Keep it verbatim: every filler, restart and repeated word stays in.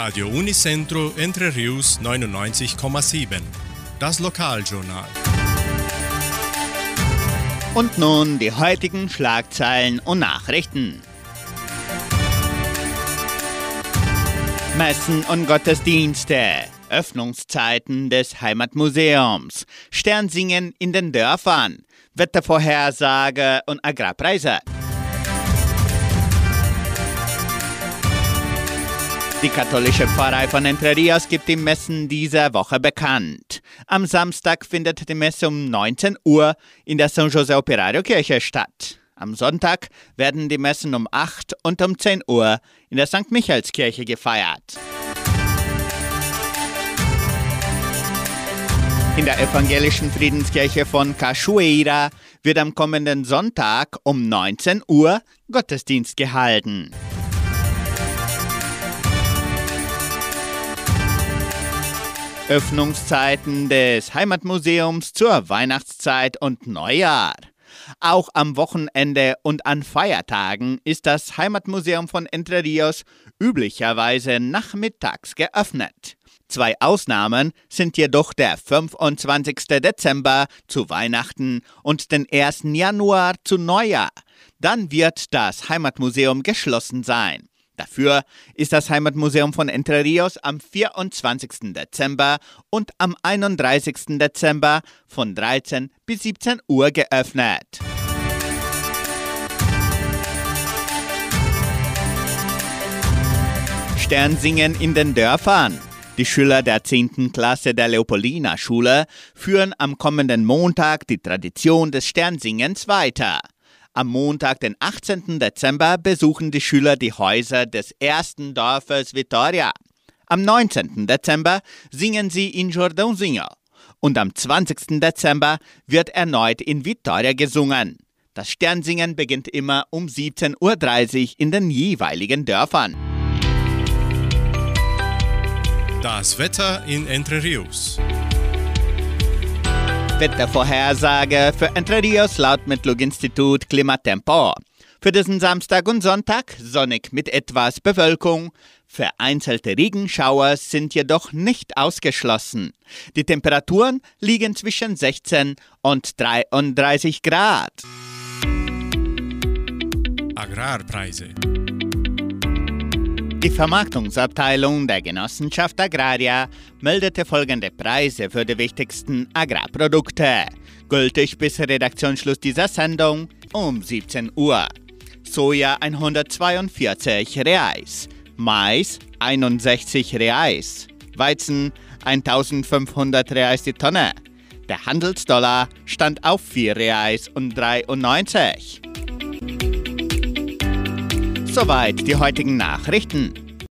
Radio Unicentro Entre Rius neunundneunzig Komma sieben. Das Lokaljournal. Und nun die heutigen Schlagzeilen und Nachrichten. Messen und Gottesdienste, Öffnungszeiten des Heimatmuseums, Sternsingen in den Dörfern, Wettervorhersage und Agrarpreise. Die katholische Pfarrei von Entre Rios gibt die Messen dieser Woche bekannt. Am Samstag findet die Messe um neunzehn Uhr in der San José Operario Kirche statt. Am Sonntag werden die Messen um acht und um zehn Uhr in der Sankt Michaelskirche gefeiert. In der evangelischen Friedenskirche von Cachoeira wird am kommenden Sonntag um neunzehn Uhr Gottesdienst gehalten. Öffnungszeiten des Heimatmuseums zur Weihnachtszeit und Neujahr. Auch am Wochenende und an Feiertagen ist das Heimatmuseum von Entre Rios üblicherweise nachmittags geöffnet. Zwei Ausnahmen sind jedoch der fünfundzwanzigsten Dezember zu Weihnachten und den ersten Januar zu Neujahr. Dann wird das Heimatmuseum geschlossen sein. Dafür ist das Heimatmuseum von Entre Rios am vierundzwanzigsten Dezember und am einunddreißigsten Dezember von dreizehn bis siebzehn Uhr geöffnet. Sternsingen in den Dörfern. Die Schüler der zehnten Klasse der Leopoldina-Schule führen am kommenden Montag die Tradition des Sternsingens weiter. Am Montag, den achtzehnten Dezember, besuchen die Schüler die Häuser des ersten Dorfes Vitória. Am neunzehnten Dezember singen sie in Jordãozinho. Und am zwanzigsten Dezember wird erneut in Vitória gesungen. Das Sternsingen beginnt immer um siebzehn Uhr dreißig in den jeweiligen Dörfern. Das Wetter in Entre Rios. Wettervorhersage für Entre Rios laut Metlog-Institut Klimatempo. Für diesen Samstag und Sonntag sonnig mit etwas Bewölkung. Vereinzelte Regenschauer sind jedoch nicht ausgeschlossen. Die Temperaturen liegen zwischen sechzehn und dreiunddreißig Grad. Agrarpreise. Die Vermarktungsabteilung der Genossenschaft Agraria meldete folgende Preise für die wichtigsten Agrarprodukte. Gültig bis Redaktionsschluss dieser Sendung um siebzehn Uhr. Soja hundertzweiundvierzig Reais, Mais einundsechzig Reais, Weizen eintausendfünfhundert Reais die Tonne. Der Handelsdollar stand auf vier Reais und dreiundneunzig. Soweit die heutigen Nachrichten.